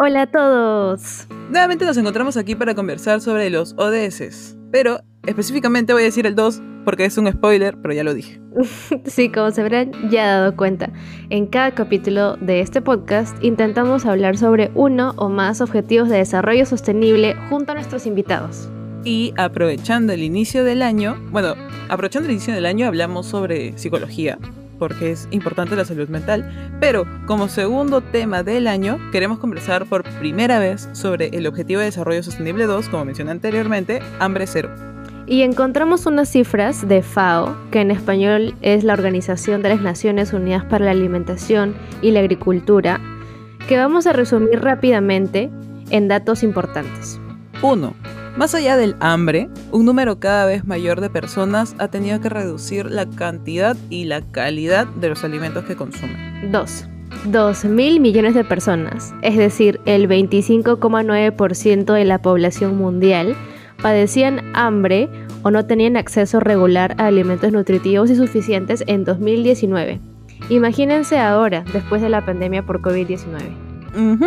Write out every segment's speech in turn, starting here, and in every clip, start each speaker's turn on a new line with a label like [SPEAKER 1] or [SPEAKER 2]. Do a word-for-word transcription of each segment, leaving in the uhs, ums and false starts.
[SPEAKER 1] Hola a todos.
[SPEAKER 2] Nuevamente nos encontramos aquí para conversar sobre los O D S, pero específicamente voy a decir el dos porque es un spoiler, pero ya lo dije.
[SPEAKER 1] Sí, como se habrán ya dado cuenta, en cada capítulo de este podcast intentamos hablar sobre uno o más objetivos de desarrollo sostenible junto a nuestros invitados.
[SPEAKER 2] Y aprovechando el inicio del año, bueno, aprovechando el inicio del año hablamos sobre psicología, porque es importante la salud mental, pero como segundo tema del año queremos conversar por primera vez sobre el Objetivo de Desarrollo Sostenible dos, como mencioné anteriormente, hambre cero.
[SPEAKER 1] Y encontramos unas cifras de F A O, que en español es la Organización de las Naciones Unidas para la Alimentación y la Agricultura, que vamos a resumir rápidamente en datos importantes.
[SPEAKER 2] uno. Más allá del hambre, un número cada vez mayor de personas ha tenido que reducir la cantidad y la calidad de los alimentos que consumen.
[SPEAKER 1] dos. dos mil millones de personas, es decir, el veinticinco coma nueve por ciento de la población mundial, padecían hambre o no tenían acceso regular a alimentos nutritivos y suficientes en dos mil diecinueve. Imagínense ahora, después de la pandemia por covid diecinueve.
[SPEAKER 2] Uh-huh.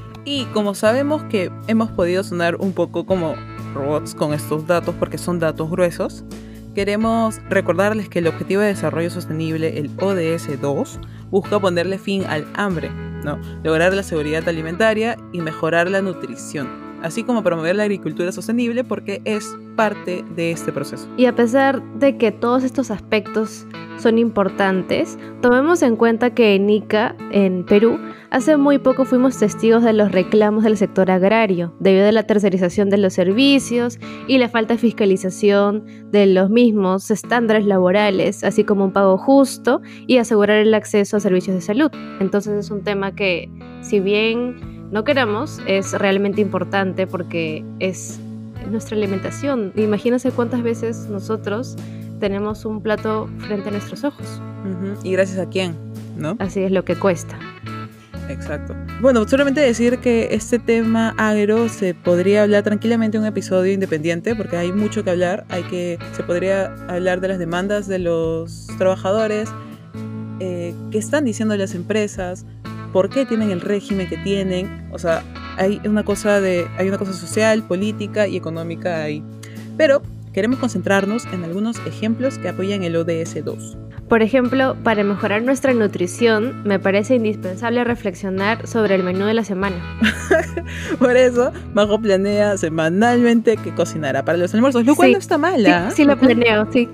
[SPEAKER 2] Y como sabemos que hemos podido sonar un poco como robots con estos datos porque son datos gruesos, queremos recordarles que el Objetivo de Desarrollo Sostenible, el O D S dos, busca ponerle fin al hambre, ¿no? Lograr la seguridad alimentaria y mejorar la nutrición, así como promover la agricultura sostenible porque es parte de este proceso.
[SPEAKER 1] Y a pesar de que todos estos aspectos son importantes, tomemos en cuenta que en Ica, en Perú, hace muy poco fuimos testigos de los reclamos del sector agrario, debido a la tercerización de los servicios y la falta de fiscalización de los mismos estándares laborales, así como un pago justo y asegurar el acceso a servicios de salud. Entonces es un tema que, si bien no queramos, es realmente importante porque es nuestra alimentación. Imagínense cuántas veces nosotros tenemos un plato frente a nuestros ojos.
[SPEAKER 2] Uh-huh. ¿Y gracias a quién? ¿No?
[SPEAKER 1] Así es lo que cuesta.
[SPEAKER 2] Exacto. Bueno, solamente decir que este tema agro se podría hablar tranquilamente en un episodio independiente porque hay mucho que hablar. Hay que, se podría hablar de las demandas de los trabajadores, eh, qué están diciendo las empresas, por qué tienen el régimen que tienen. O sea, hay una cosa de, hay una cosa social, política y económica ahí. Pero queremos concentrarnos en algunos ejemplos que apoyan el O D S dos.
[SPEAKER 1] Por ejemplo, para mejorar nuestra nutrición, me parece indispensable reflexionar sobre el menú de la semana.
[SPEAKER 2] Por eso, Majo planea semanalmente qué cocinará para los almuerzos, lo cual
[SPEAKER 1] sí,
[SPEAKER 2] no está mal, ¿eh?
[SPEAKER 1] Sí, sí lo planeo, sí.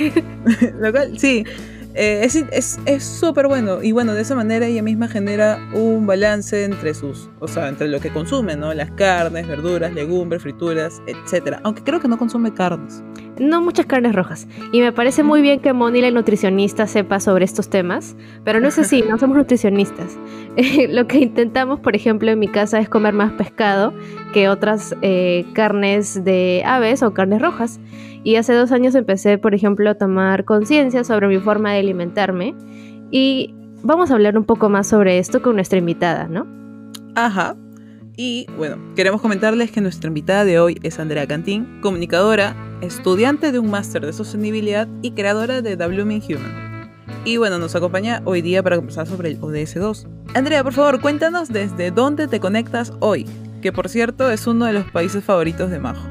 [SPEAKER 2] Lo cual, sí. Eh, es es es súper bueno y bueno, de esa manera ella misma genera un balance entre sus, o sea, entre lo que consume, ¿no? Las carnes, verduras, legumbres, frituras, etcétera. Aunque creo que no consume carnes.
[SPEAKER 1] No muchas carnes rojas. Y me parece muy bien que Moni, la nutricionista, sepa sobre estos temas, pero no es así, no somos nutricionistas. Lo que intentamos, por ejemplo, en mi casa es comer más pescado que otras eh, carnes de aves o carnes rojas. Y hace dos años empecé, por ejemplo, a tomar conciencia sobre mi forma de alimentarme. Y vamos a hablar un poco más sobre esto con nuestra invitada, ¿no?
[SPEAKER 2] Ajá. Y bueno, queremos comentarles que nuestra invitada de hoy es Andrea Cantín, comunicadora, estudiante de un máster de sostenibilidad y creadora de The Blooming Human. Y bueno, nos acompaña hoy día para conversar sobre el O D S dos. Andrea, por favor, cuéntanos desde dónde te conectas hoy, que por cierto es uno de los países favoritos de Majo.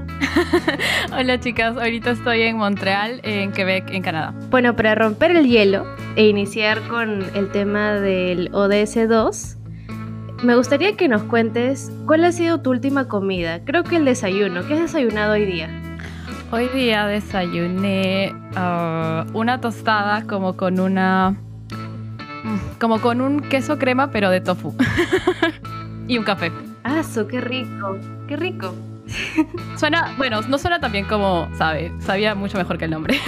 [SPEAKER 3] Hola chicas, ahorita estoy en Montreal, en Quebec, en Canadá.
[SPEAKER 1] Bueno, para romper el hielo e iniciar con el tema del O D S dos, me gustaría que nos cuentes cuál ha sido tu última comida. Creo que el desayuno. ¿Qué has desayunado hoy día?
[SPEAKER 3] Hoy día desayuné uh, una tostada como con una... como con un queso crema, pero de tofu. Y un café.
[SPEAKER 1] ¡Ah, so, qué rico! ¡Qué rico!
[SPEAKER 3] Suena, bueno, no suena tan bien como sabe. Sabía mucho mejor que el nombre.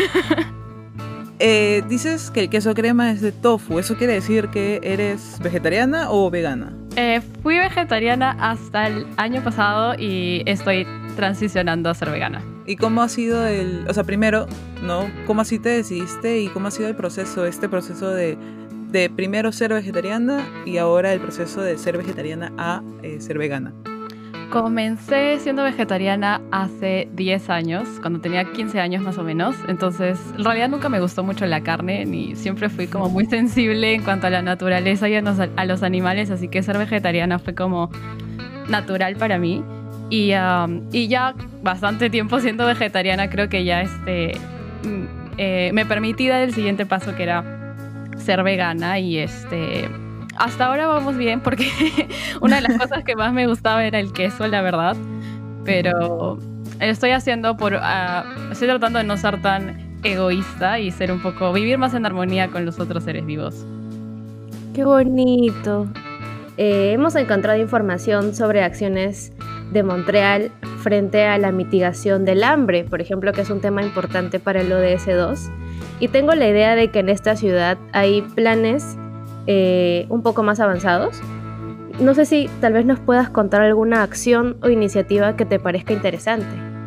[SPEAKER 2] Eh, dices que el queso crema es de tofu. ¿Eso quiere decir que eres vegetariana o vegana?
[SPEAKER 3] Eh, fui vegetariana hasta el año pasado y estoy transicionando a ser vegana.
[SPEAKER 2] ¿Y cómo ha sido el... O sea, primero, ¿no? ¿Cómo así te decidiste y cómo ha sido el proceso, este proceso de, de primero ser vegetariana y ahora el proceso de ser vegetariana a eh, ser vegana?
[SPEAKER 3] Comencé siendo vegetariana hace diez años, cuando tenía quince años más o menos. Entonces, en realidad nunca me gustó mucho la carne, ni siempre fui como muy sensible en cuanto a la naturaleza y a los, a los animales. Así que ser vegetariana fue como natural para mí. Y, um, y ya bastante tiempo siendo vegetariana, creo que ya este, eh, me permití dar el siguiente paso, que era ser vegana. Y este, hasta ahora vamos bien, porque una de las cosas que más me gustaba era el queso, la verdad. Pero estoy haciendo por... Uh, estoy tratando de no ser tan egoísta y ser un poco... vivir más en armonía con los otros seres vivos.
[SPEAKER 1] ¡Qué bonito! Eh, hemos encontrado información sobre acciones de Montreal frente a la mitigación del hambre, por ejemplo, que es un tema importante para el O D S dos. Y tengo la idea de que en esta ciudad hay planes eh, un poco más avanzados. No sé si tal vez nos puedas contar alguna acción o iniciativa que te parezca interesante.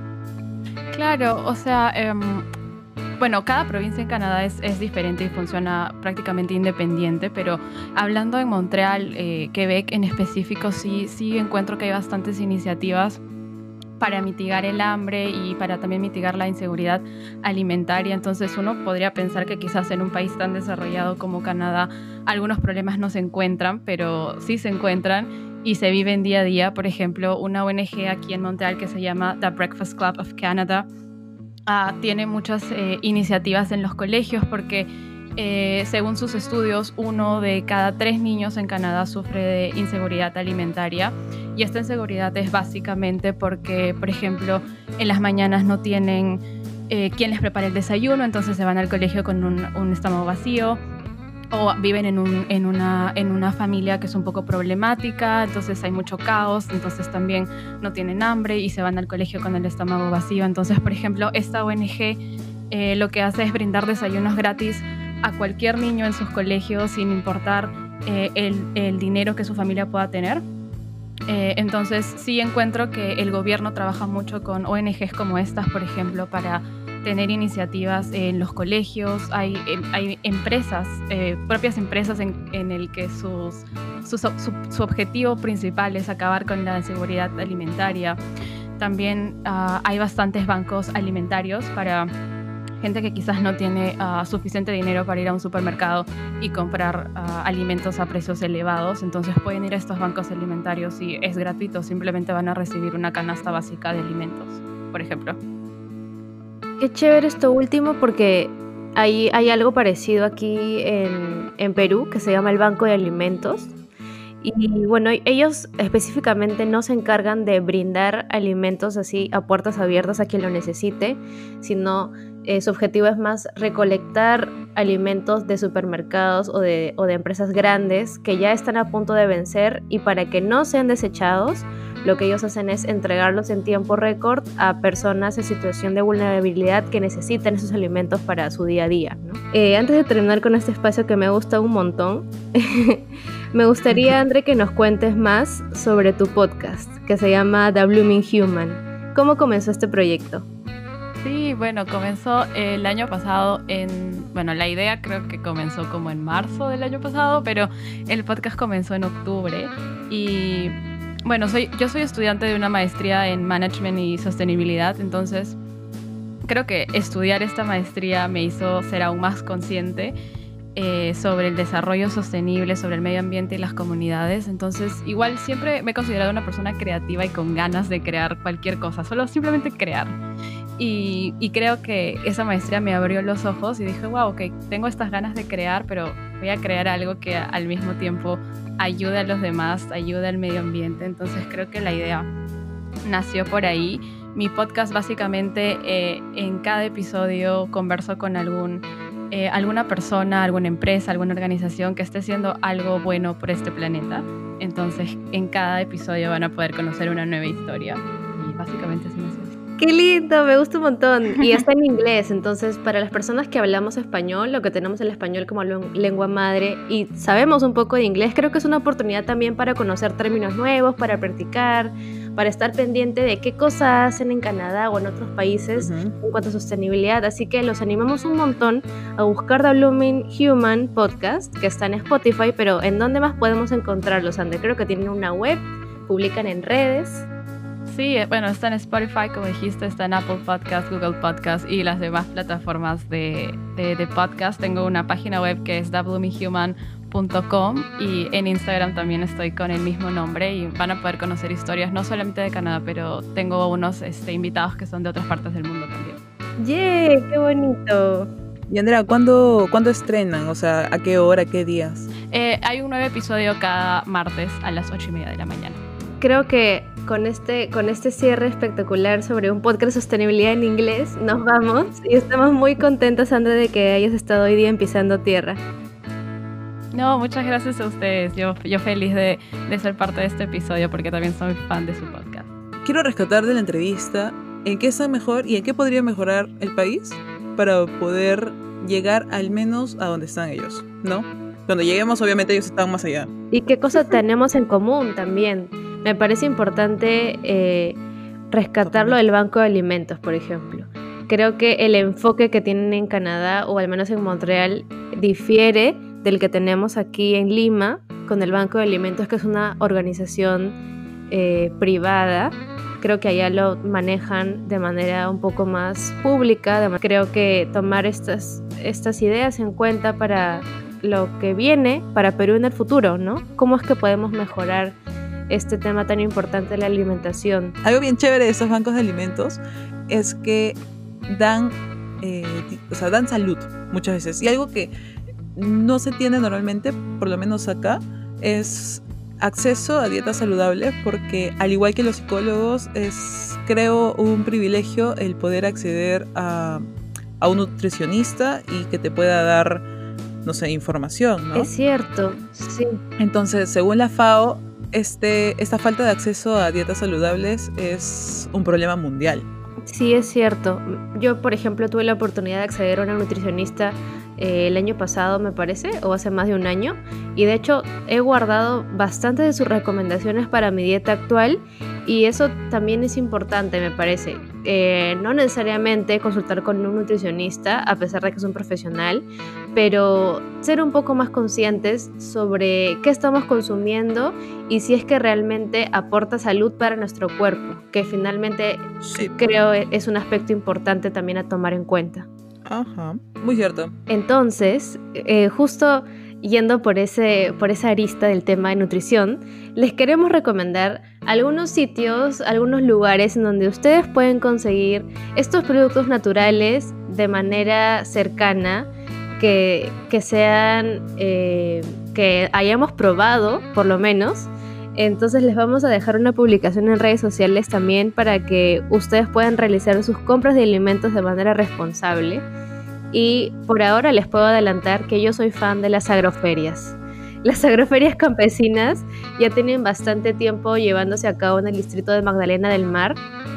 [SPEAKER 3] Claro, o sea, eh, bueno, cada provincia en Canadá es, es diferente y funciona prácticamente independiente, pero hablando en Montreal, eh, Quebec en específico, sí, sí encuentro que hay bastantes iniciativas para mitigar el hambre y para también mitigar la inseguridad alimentaria. Entonces uno podría pensar que quizás en un país tan desarrollado como Canadá algunos problemas no se encuentran, pero sí se encuentran y se viven día a día. Por ejemplo, una O N G aquí en Montreal que se llama The Breakfast Club of Canada uh, tiene muchas eh, iniciativas en los colegios porque Eh, según sus estudios, uno de cada tres niños en Canadá sufre de inseguridad alimentaria, y esta inseguridad es básicamente porque, por ejemplo, en las mañanas no tienen eh, quien les prepare el desayuno, entonces se van al colegio con un, un estómago vacío, o viven en, un, en, una, en una familia que es un poco problemática, entonces hay mucho caos, entonces también no tienen hambre y se van al colegio con el estómago vacío. Entonces, por ejemplo, esta O N G eh, lo que hace es brindar desayunos gratis a cualquier niño en sus colegios sin importar eh, el, el dinero que su familia pueda tener. Eh, entonces sí encuentro que el gobierno trabaja mucho con O N Ges como estas, por ejemplo, para tener iniciativas en los colegios. Hay, hay empresas, eh, propias empresas en, en el que sus, sus, su, su objetivo principal es acabar con la inseguridad alimentaria. También uh, hay bastantes bancos alimentarios para gente que quizás no tiene uh, suficiente dinero para ir a un supermercado y comprar uh, alimentos a precios elevados. Entonces pueden ir a estos bancos alimentarios y es gratuito, simplemente van a recibir una canasta básica de alimentos, por ejemplo.
[SPEAKER 1] Qué chévere esto último, porque hay, hay algo parecido aquí en, en Perú que se llama el Banco de Alimentos. Y bueno, ellos específicamente no se encargan de brindar alimentos así a puertas abiertas a quien lo necesite, sino eh, su objetivo es más recolectar alimentos de supermercados o de, o de empresas grandes que ya están a punto de vencer, y para que no sean desechados, lo que ellos hacen es entregarlos en tiempo récord a personas en situación de vulnerabilidad que necesitan esos alimentos para su día a día, ¿no? Eh, antes de terminar con este espacio que me gusta un montón, me gustaría, André, que nos cuentes más sobre tu podcast, que se llama The Blooming Human. ¿Cómo comenzó este proyecto?
[SPEAKER 3] Sí, bueno, comenzó el año pasado en... Bueno, la idea creo que comenzó como en marzo del año pasado, pero el podcast comenzó en octubre. Y bueno, soy, yo soy estudiante de una maestría en Management y Sostenibilidad, entonces creo que estudiar esta maestría me hizo ser aún más consciente Eh, sobre el desarrollo sostenible, sobre el medio ambiente y las comunidades. Entonces, igual siempre me he considerado una persona creativa y con ganas de crear cualquier cosa, solo simplemente crear. Y, y creo que esa maestría me abrió los ojos y dije, wow, ok, tengo estas ganas de crear, pero voy a crear algo que al mismo tiempo ayude a los demás, ayude al medio ambiente. Entonces creo que la idea nació por ahí. Mi podcast básicamente eh, en cada episodio converso con algún Eh, alguna persona, alguna empresa, alguna organización que esté haciendo algo bueno por este planeta. Entonces, en cada episodio van a poder conocer una nueva historia. Y básicamente así nació.
[SPEAKER 1] ¡Qué lindo! Me gusta un montón. Y está en inglés, entonces para las personas que hablamos español, lo que tenemos el español como lengua madre y sabemos un poco de inglés, creo que es una oportunidad también para conocer términos nuevos, para practicar, para estar pendiente de qué cosas hacen en Canadá o en otros países uh-huh. en cuanto a sostenibilidad. Así que los animamos un montón a buscar The Blooming Human Podcast, que está en Spotify, pero ¿en dónde más podemos encontrarlos, André? Creo que tienen una web, publican en redes.
[SPEAKER 3] Sí, bueno, está en Spotify, como dijiste, está en Apple Podcast, Google Podcast y las demás plataformas de, de, de podcast. Tengo una página web que es the blooming human punto com, y en Instagram también estoy con el mismo nombre y van a poder conocer historias no solamente de Canadá, pero tengo unos este, invitados que son de otras partes del mundo también.
[SPEAKER 1] ¡Yay! ¡Qué bonito!
[SPEAKER 2] Y Andrea, ¿cuándo, ¿cuándo estrenan? O sea, ¿a qué hora, qué días?
[SPEAKER 3] Eh, hay un nuevo episodio cada martes a las ocho y media de la mañana.
[SPEAKER 1] Creo que con este, con este cierre espectacular sobre un podcast de sostenibilidad en inglés, nos vamos y estamos muy contentas, Sandra, de que hayas estado hoy día en Pisando Tierra.
[SPEAKER 3] No, muchas gracias a ustedes. Yo, yo feliz de, de ser parte de este episodio porque también soy fan de su podcast.
[SPEAKER 2] Quiero rescatar de la entrevista en qué está mejor y en qué podría mejorar el país para poder llegar al menos a donde están ellos, ¿no? Cuando lleguemos, obviamente, ellos están más allá.
[SPEAKER 1] ¿Y qué cosas tenemos en común también? Me parece importante eh, rescatarlo del Banco de Alimentos, por ejemplo. Creo que el enfoque que tienen en Canadá, o al menos en Montreal, difiere del que tenemos aquí en Lima con el Banco de Alimentos, que es una organización eh, privada. Creo que allá lo manejan de manera un poco más pública. Creo que tomar estas, estas ideas en cuenta para lo que viene para Perú en el futuro, ¿no? ¿Cómo es que podemos mejorar este tema tan importante de la alimentación?
[SPEAKER 2] Algo bien chévere de estos bancos de alimentos es que dan, eh, o sea, dan salud muchas veces. Y algo que no se tiene normalmente, por lo menos acá, es acceso a dietas saludables, porque al igual que los psicólogos, es, creo, un privilegio el poder acceder a, a un nutricionista y que te pueda dar, no sé, información, ¿no?
[SPEAKER 1] Es cierto, sí.
[SPEAKER 2] Entonces, según la FAO, este, esta falta de acceso a dietas saludables es un problema mundial.
[SPEAKER 1] Sí, es cierto. Yo, por ejemplo, tuve la oportunidad de acceder a una nutricionista eh, el año pasado, me parece, o hace más de un año, y de hecho he guardado bastante de sus recomendaciones para mi dieta actual, y eso también es importante, me parece. Eh, no necesariamente consultar con un nutricionista, a pesar de que es un profesional, pero ser un poco más conscientes sobre qué estamos consumiendo y si es que realmente aporta salud para nuestro cuerpo, que finalmente
[SPEAKER 2] Sí.
[SPEAKER 1] creo es un aspecto importante también a tomar en cuenta.
[SPEAKER 2] Ajá, muy cierto.
[SPEAKER 1] Entonces, eh, justo yendo por, ese, por esa arista del tema de nutrición, les queremos recomendar algunos sitios, algunos lugares en donde ustedes pueden conseguir estos productos naturales de manera cercana, que, que sean, eh, que hayamos probado, por lo menos. Entonces les vamos a dejar una publicación en redes sociales también para que ustedes puedan realizar sus compras de alimentos de manera responsable. Y por ahora les puedo adelantar que yo soy fan de las agroferias. Las agroferias campesinas ya tienen bastante tiempo llevándose a cabo en el distrito de Magdalena del Mar.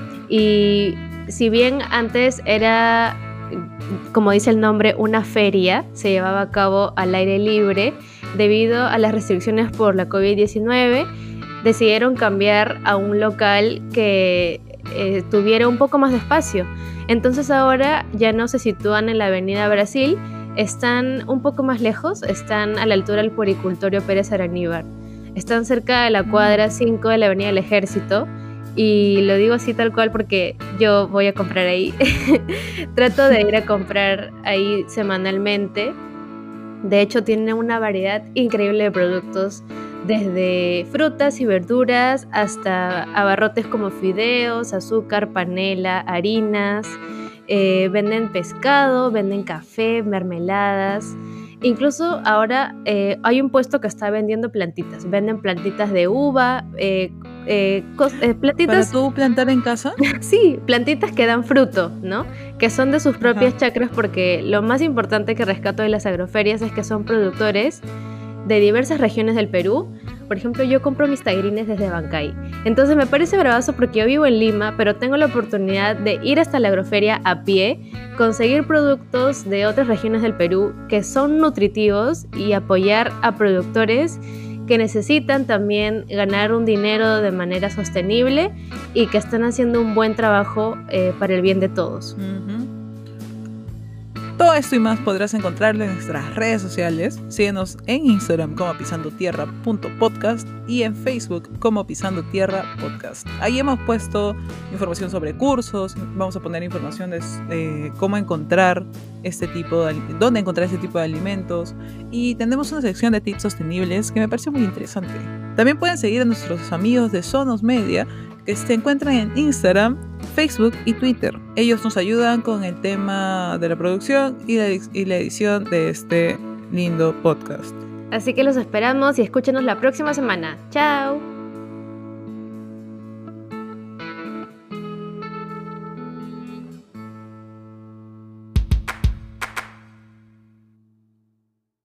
[SPEAKER 1] Y si bien antes era, como dice el nombre, una feria, se llevaba a cabo al aire libre, debido a las restricciones por la covid diecinueve, decidieron cambiar a un local que eh, tuviera un poco más de espacio. Entonces ahora ya no se sitúan en la avenida Brasil, están un poco más lejos, están a la altura del Puericultorio Pérez Araníbar. Están cerca de la cuadra cinco de la avenida del Ejército, y lo digo así tal cual porque yo voy a comprar ahí. Trato de ir a comprar ahí semanalmente. De hecho, tiene una variedad increíble de productos, desde frutas y verduras hasta abarrotes como fideos, azúcar, panela, harinas. Eh, venden pescado, venden café, mermeladas. Incluso ahora eh, hay un puesto que está vendiendo plantitas. Venden plantitas de uva, eh, eh, cos- eh, plantitas...
[SPEAKER 2] ¿Para tú plantar en casa?
[SPEAKER 1] Sí, plantitas que dan fruto, ¿no? Que son de sus propias
[SPEAKER 2] Ajá.
[SPEAKER 1] chacras, porque lo más importante que rescato de las agroferias es que son productores de diversas regiones del Perú. Por ejemplo, yo compro mis tagrines desde Bancay. Entonces me parece bravazo porque yo vivo en Lima, pero tengo la oportunidad de ir hasta la agroferia a pie, conseguir productos de otras regiones del Perú que son nutritivos y apoyar a productores que necesitan también ganar un dinero de manera sostenible y que están haciendo un buen trabajo eh, para el bien de todos.
[SPEAKER 2] Ujú. Todo esto y más podrás encontrarlo en nuestras redes sociales. Síguenos en Instagram como pisando tierra punto podcast y en Facebook como Pisando Tierra Podcast. Ahí hemos puesto información sobre cursos, vamos a poner información de, de cómo encontrar este tipo de, dónde encontrar este tipo de alimentos, y tenemos una sección de tips sostenibles que me parece muy interesante. También pueden seguir a nuestros amigos de Sonos Media, que se encuentran en Instagram, Facebook y Twitter. Ellos nos ayudan con el tema de la producción y la, y la edición de este lindo podcast.
[SPEAKER 1] Así que los esperamos y escúchenos la próxima semana. ¡Chao!